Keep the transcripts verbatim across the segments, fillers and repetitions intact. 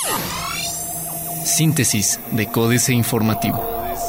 Síntesis de Códice Informativo.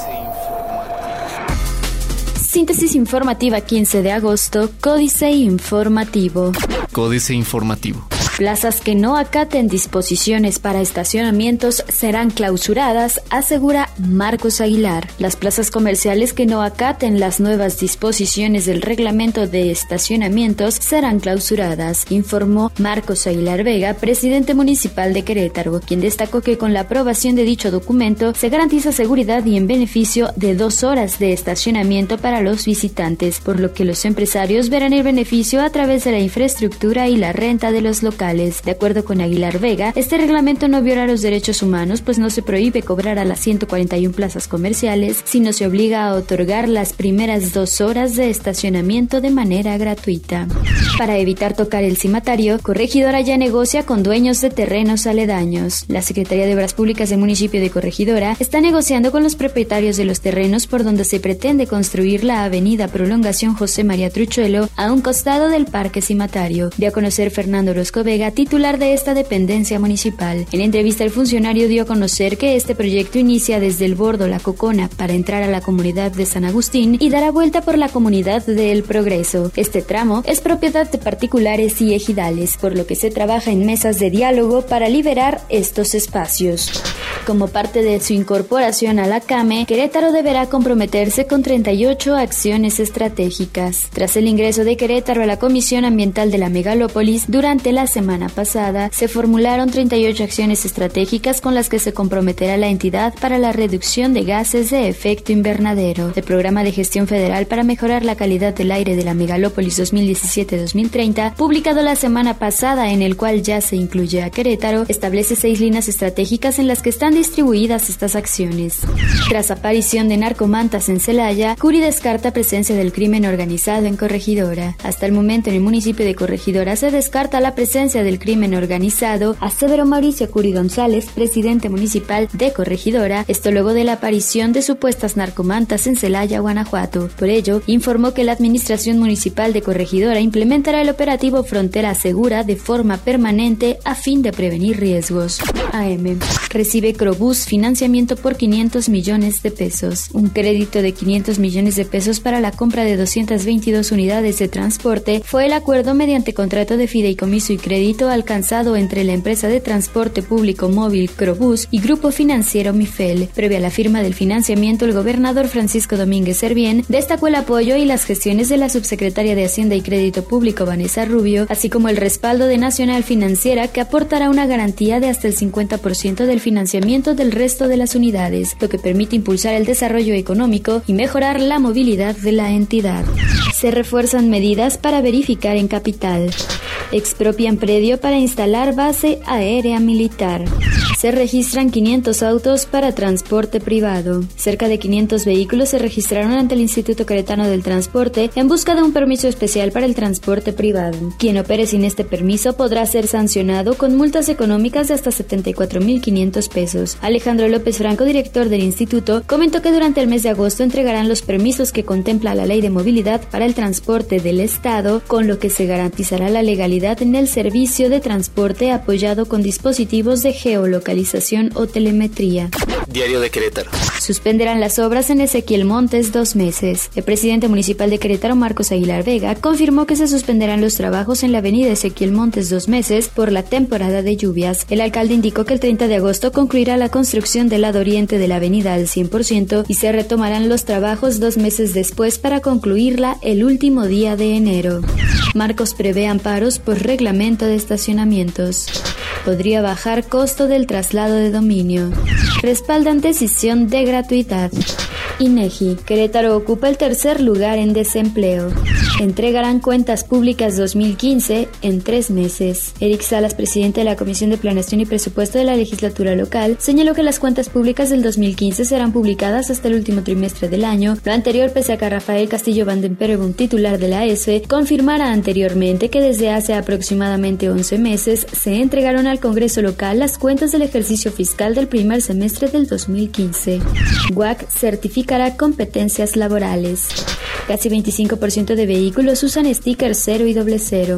Síntesis informativa quince de agosto, Códice Informativo. Códice Informativo. Plazas que no acaten disposiciones para estacionamientos serán clausuradas, asegura Marcos Aguilar. Las plazas comerciales que no acaten las nuevas disposiciones del reglamento de estacionamientos serán clausuradas, informó Marcos Aguilar Vega, presidente municipal de Querétaro, quien destacó que con la aprobación de dicho documento se garantiza seguridad y en beneficio de dos horas de estacionamiento para los visitantes, por lo que los empresarios verán el beneficio a través de la infraestructura y la renta de los locales. De acuerdo con Aguilar Vega, este reglamento no viola los derechos humanos, pues no se prohíbe cobrar a las ciento cuarenta y una plazas comerciales, sino se obliga a otorgar las primeras dos horas de estacionamiento de manera gratuita. Para evitar tocar el cimatario, Corregidora ya negocia con dueños de terrenos aledaños. La Secretaría de Obras Públicas del municipio de Corregidora está negociando con los propietarios de los terrenos por donde se pretende construir la avenida Prolongación José María Truchuelo a un costado del Parque Cimatario, de a conocer Fernando Orozco Vega, titular de esta dependencia municipal. En entrevista, el funcionario dio a conocer que este proyecto inicia desde el Bordo La Cocona para entrar a la comunidad de San Agustín y dará vuelta por la comunidad de El Progreso. Este tramo es propiedad de particulares y ejidales, por lo que se trabaja en mesas de diálogo para liberar estos espacios. Como parte de su incorporación a la C A M E, Querétaro deberá comprometerse con treinta y ocho acciones estratégicas. Tras el ingreso de Querétaro a la Comisión Ambiental de la Megalópolis, durante la semana pasada, se formularon treinta y ocho acciones estratégicas con las que se comprometerá la entidad para la reducción de gases de efecto invernadero. El Programa de Gestión Federal para mejorar la calidad del aire de la Megalópolis dos mil diecisiete a dos mil treinta, publicado la semana pasada, en el cual ya se incluye a Querétaro, establece seis líneas estratégicas en las que están distribuidas estas acciones. Tras aparición de narcomantas en Celaya, Curi descarta presencia del crimen organizado en Corregidora. Hasta el momento, en el municipio de Corregidora se descarta la presencia del crimen organizado, aseveró Mauricio Curi González, presidente municipal de Corregidora, esto luego de la aparición de supuestas narcomantas en Celaya, Guanajuato. Por ello, informó que la administración municipal de Corregidora implementará el operativo Frontera Segura de forma permanente a fin de prevenir riesgos. A M. Recibe Crobús financiamiento por quinientos millones de pesos. Un crédito de quinientos millones de pesos para la compra de doscientas veintidós unidades de transporte fue el acuerdo mediante contrato de fideicomiso y crédito alcanzado entre la empresa de transporte público móvil Crobús y Grupo Financiero Mifel. Previa a la firma del financiamiento, el gobernador Francisco Domínguez Servién destacó el apoyo y las gestiones de la subsecretaria de Hacienda y Crédito Público Vanessa Rubio, así como el respaldo de Nacional Financiera, que aportará una garantía de hasta el cincuenta por ciento del financiamiento del resto de las unidades, lo que permite impulsar el desarrollo económico y mejorar la movilidad de la entidad. Se refuerzan medidas para verificar en capital. Expropian predio para instalar base aérea militar. Se registran quinientos autos para transporte privado. Cerca de quinientos vehículos se registraron ante el Instituto Queretano del Transporte en busca de un permiso especial para el transporte privado. Quien opere sin este permiso podrá ser sancionado con multas económicas de hasta setenta y cuatro mil quinientos pesos. Alejandro López Franco, director del instituto, comentó que durante el mes de agosto entregarán los permisos que contempla la Ley de Movilidad para el transporte del Estado, con lo que se garantizará la legalidad en el servicio de transporte apoyado con dispositivos de geolocalización o telemetría. Diario de Querétaro. Suspenderán las obras en Ezequiel Montes dos meses. El presidente municipal de Querétaro, Marcos Aguilar Vega, confirmó que se suspenderán los trabajos en la avenida Ezequiel Montes dos meses por la temporada de lluvias. El alcalde indicó que el treinta de agosto concluirá la construcción del lado oriente de la avenida al cien por ciento y se retomarán los trabajos dos meses después para concluirla el último día de enero. Marcos prevé amparos por reglamento de estacionamientos. Podría bajar costo del traslado de dominio. Respaldan decisión de gratuidad. INEGI. Querétaro ocupa el tercer lugar en desempleo. Entregarán cuentas públicas dos mil quince en tres meses. Eric Salas, presidente de la Comisión de Planeación y Presupuesto de la legislatura local, señaló que las cuentas públicas del dos mil quince serán publicadas hasta el último trimestre del año, lo anterior pese a que Rafael Castillo Vandenperregún, titular de la E S F E, confirmara anteriormente que desde hace aproximadamente once meses se entregaron al Congreso local las cuentas del ejercicio fiscal del primer semestre del dos mil quince. U A C certificará competencias laborales. Casi veinticinco por ciento de vehículos usan stickers cero y doble cero.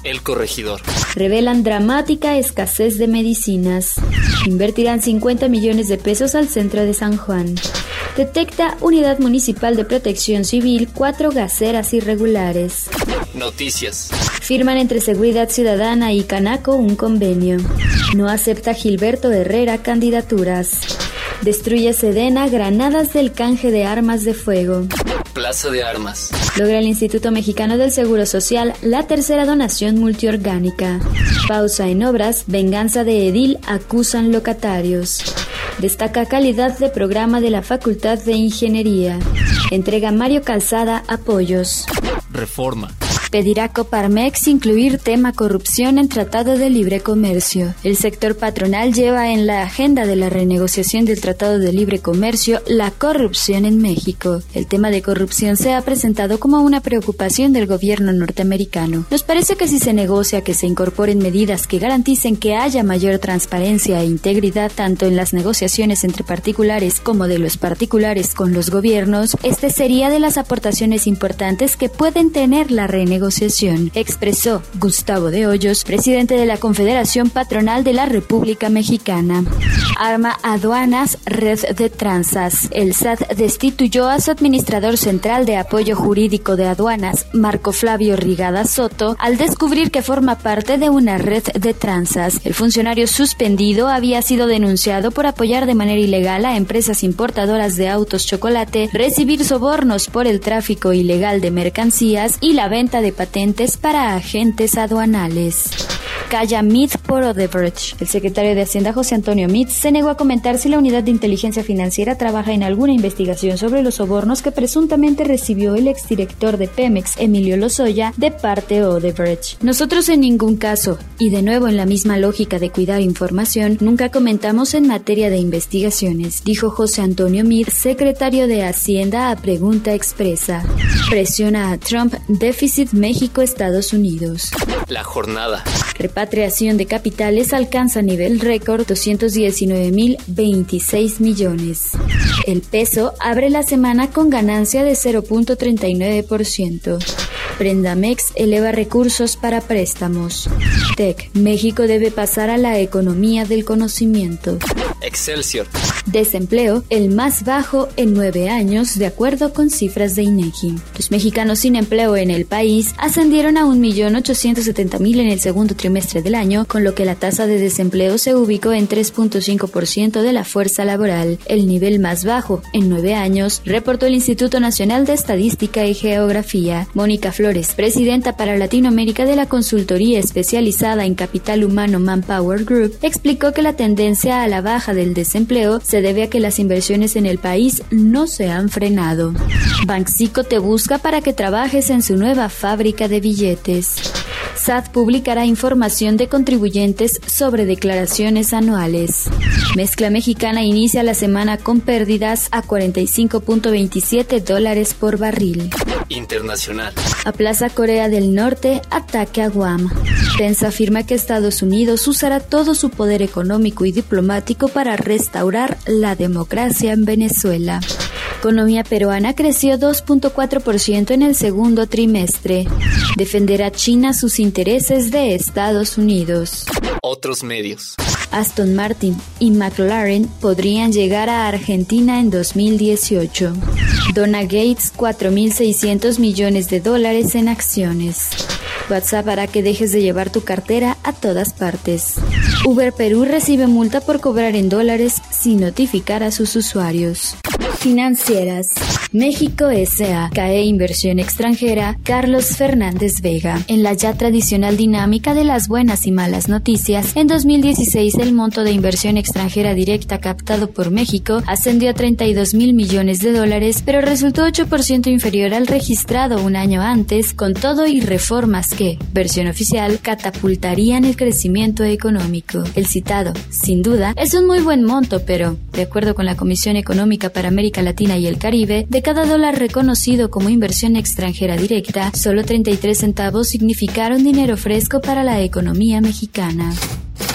El Corregidor. Revelan dramática escasez de medicinas. Invertirán cincuenta millones de pesos al centro de San Juan. Detecta Unidad Municipal de Protección Civil cuatro gaceras irregulares. Noticias. Firman entre Seguridad Ciudadana y Canaco un convenio. No acepta Gilberto Herrera candidaturas. Destruye Sedena granadas del canje de armas de fuego. Plaza de Armas. Logra el Instituto Mexicano del Seguro Social la tercera donación multiorgánica. Pausa en obras, venganza de edil, acusan locatarios. Destaca calidad de programa de la Facultad de Ingeniería. Entrega Mario Calzada apoyos. Reforma. Pedirá Coparmex incluir tema corrupción en Tratado de Libre Comercio. El sector patronal lleva en la agenda de la renegociación del Tratado de Libre Comercio la corrupción en México. El tema de corrupción se ha presentado como una preocupación del gobierno norteamericano. Nos parece que si se negocia que se incorporen medidas que garanticen que haya mayor transparencia e integridad tanto en las negociaciones entre particulares como de los particulares con los gobiernos, este sería de las aportaciones importantes que pueden tener la renegociación, expresó Gustavo de Hoyos, presidente de la Confederación Patronal de la República Mexicana. Arma aduanas, red de tranzas. El S A T destituyó a su administrador central de apoyo jurídico de aduanas, Marco Flavio Rigada Soto, al descubrir que forma parte de una red de tranzas. El funcionario suspendido había sido denunciado por apoyar de manera ilegal a empresas importadoras de autos chocolate, recibir sobornos por el tráfico ilegal de mercancías y la venta de patentes para agentes aduanales. Calla Meade por Odebrecht. El secretario de Hacienda José Antonio Meade se negó a comentar si la Unidad de Inteligencia Financiera trabaja en alguna investigación sobre los sobornos que presuntamente recibió el exdirector de Pemex, Emilio Lozoya, de parte de Odebrecht. Nosotros en ningún caso, y de nuevo en la misma lógica de cuidar información, nunca comentamos en materia de investigaciones, dijo José Antonio Meade, secretario de Hacienda, a pregunta expresa. Presiona a Trump, déficit México-Estados Unidos. La jornada. Repatriación de capitales alcanza nivel récord doscientos diecinueve mil veintiséis millones. El peso abre la semana con ganancia de cero punto treinta y nueve por ciento. Prendamex eleva recursos para préstamos. T E C. México debe pasar a la economía del conocimiento. Excelsior. Desempleo, el más bajo en nueve años, de acuerdo con cifras de INEGI. Los mexicanos sin empleo en el país ascendieron a un millón ochocientos setenta mil en el segundo trimestre del año, con lo que la tasa de desempleo se ubicó en tres punto cinco por ciento de la fuerza laboral, el nivel más bajo en nueve años, reportó el Instituto Nacional de Estadística y Geografía. Mónica Flores, presidenta para Latinoamérica de la consultoría especializada en capital humano Manpower Group, explicó que la tendencia a la baja del desempleo se debe a que las inversiones en el país no se han frenado. Banxico te busca para que trabajes en su nueva fábrica de billetes. S A T publicará información de contribuyentes sobre declaraciones anuales. Mezcla mexicana inicia la semana con pérdidas a cuarenta y cinco punto veintisiete dólares por barril. Internacional. Aplaza Corea del Norte ataque a Guam. Pence afirma que Estados Unidos usará todo su poder económico y diplomático para restaurar la democracia en Venezuela. Economía peruana creció dos punto cuatro por ciento en el segundo trimestre. Defenderá China sus intereses de Estados Unidos. Otros medios. Aston Martin y McLaren podrían llegar a Argentina en dos mil dieciocho. Dona Gates, cuatro mil seiscientos millones de dólares en acciones. WhatsApp hará que dejes de llevar tu cartera a todas partes. Uber Perú recibe multa por cobrar en dólares sin notificar a sus usuarios. Financieras. México S A cae inversión extranjera. Carlos Fernández Vega. En la ya tradicional dinámica de las buenas y malas noticias, en dos mil dieciséis el monto de inversión extranjera directa captado por México ascendió a treinta y dos mil millones de dólares, pero resultó ocho por ciento inferior al registrado un año antes, con todo y reformas que, versión oficial, catapultarían el crecimiento económico. El citado, sin duda, es un muy buen monto, pero, de acuerdo con la Comisión Económica para América Latina y el Caribe, de cada dólar reconocido como inversión extranjera directa, solo treinta y tres centavos significaron dinero fresco para la economía mexicana.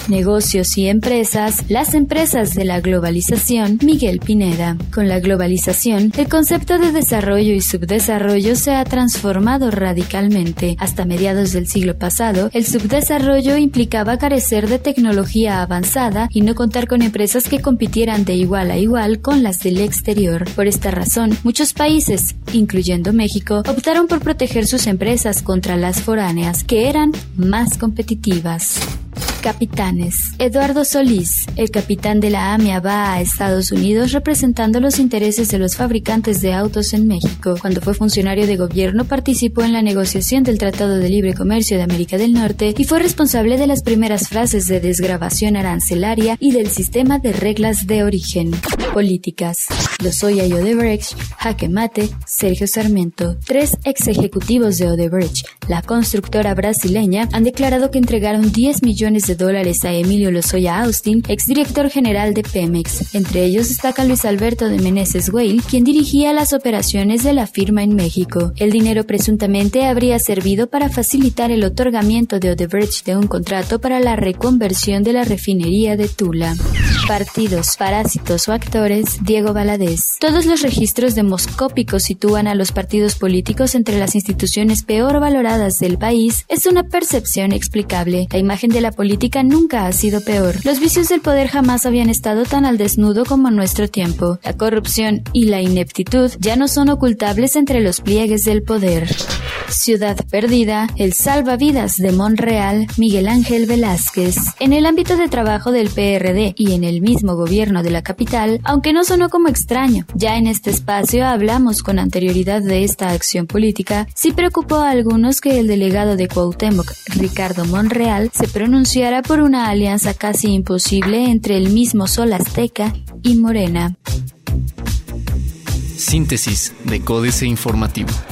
Negocios y empresas, las empresas de la globalización, Miguel Pineda. Con la globalización, el concepto de desarrollo y subdesarrollo se ha transformado radicalmente. Hasta mediados del siglo pasado, el subdesarrollo implicaba carecer de tecnología avanzada y no contar con empresas que compitieran de igual a igual con las del exterior. Por esta razón, muchos países, incluyendo México, optaron por proteger sus empresas contra las foráneas, que eran más competitivas. Capitanes. Eduardo Solís, el capitán de la AMIA, va a Estados Unidos representando los intereses de los fabricantes de autos en México. Cuando fue funcionario de gobierno, participó en la negociación del Tratado de Libre Comercio de América del Norte y fue responsable de las primeras fases de desgravación arancelaria y del sistema de reglas de origen. Políticas. Lozoya y Odebrecht, jaque mate, Sergio Sarmiento. Tres ex ejecutivos de Odebrecht, la constructora brasileña, han declarado que entregaron diez millones de dólares a Emilio Lozoya Austin, exdirector general de Pemex. Entre ellos destaca Luis Alberto de Meneses Weil, quien dirigía las operaciones de la firma en México. El dinero presuntamente habría servido para facilitar el otorgamiento de Odebrecht de un contrato para la reconversión de la refinería de Tula. Partidos, parásitos o actores, Diego Valadez. Todos los registros demoscópicos sitúan a los partidos políticos entre las instituciones peor valoradas del país. Es una percepción explicable. La imagen de la política nunca ha sido peor. Los vicios del poder jamás habían estado tan al desnudo como en nuestro tiempo. La corrupción y la ineptitud ya no son ocultables entre los pliegues del poder. Ciudad perdida, el salvavidas de Monreal, Miguel Ángel Velázquez. En el ámbito de trabajo del P R D y en el mismo gobierno de la capital, aunque no sonó como extraño, ya en este espacio hablamos con anterioridad de esta acción política, sí preocupó a algunos que el delegado de Cuauhtémoc, Ricardo Monreal, se pronunciara por una alianza casi imposible entre el mismo Sol Azteca y Morena. Síntesis de Códice Informativo.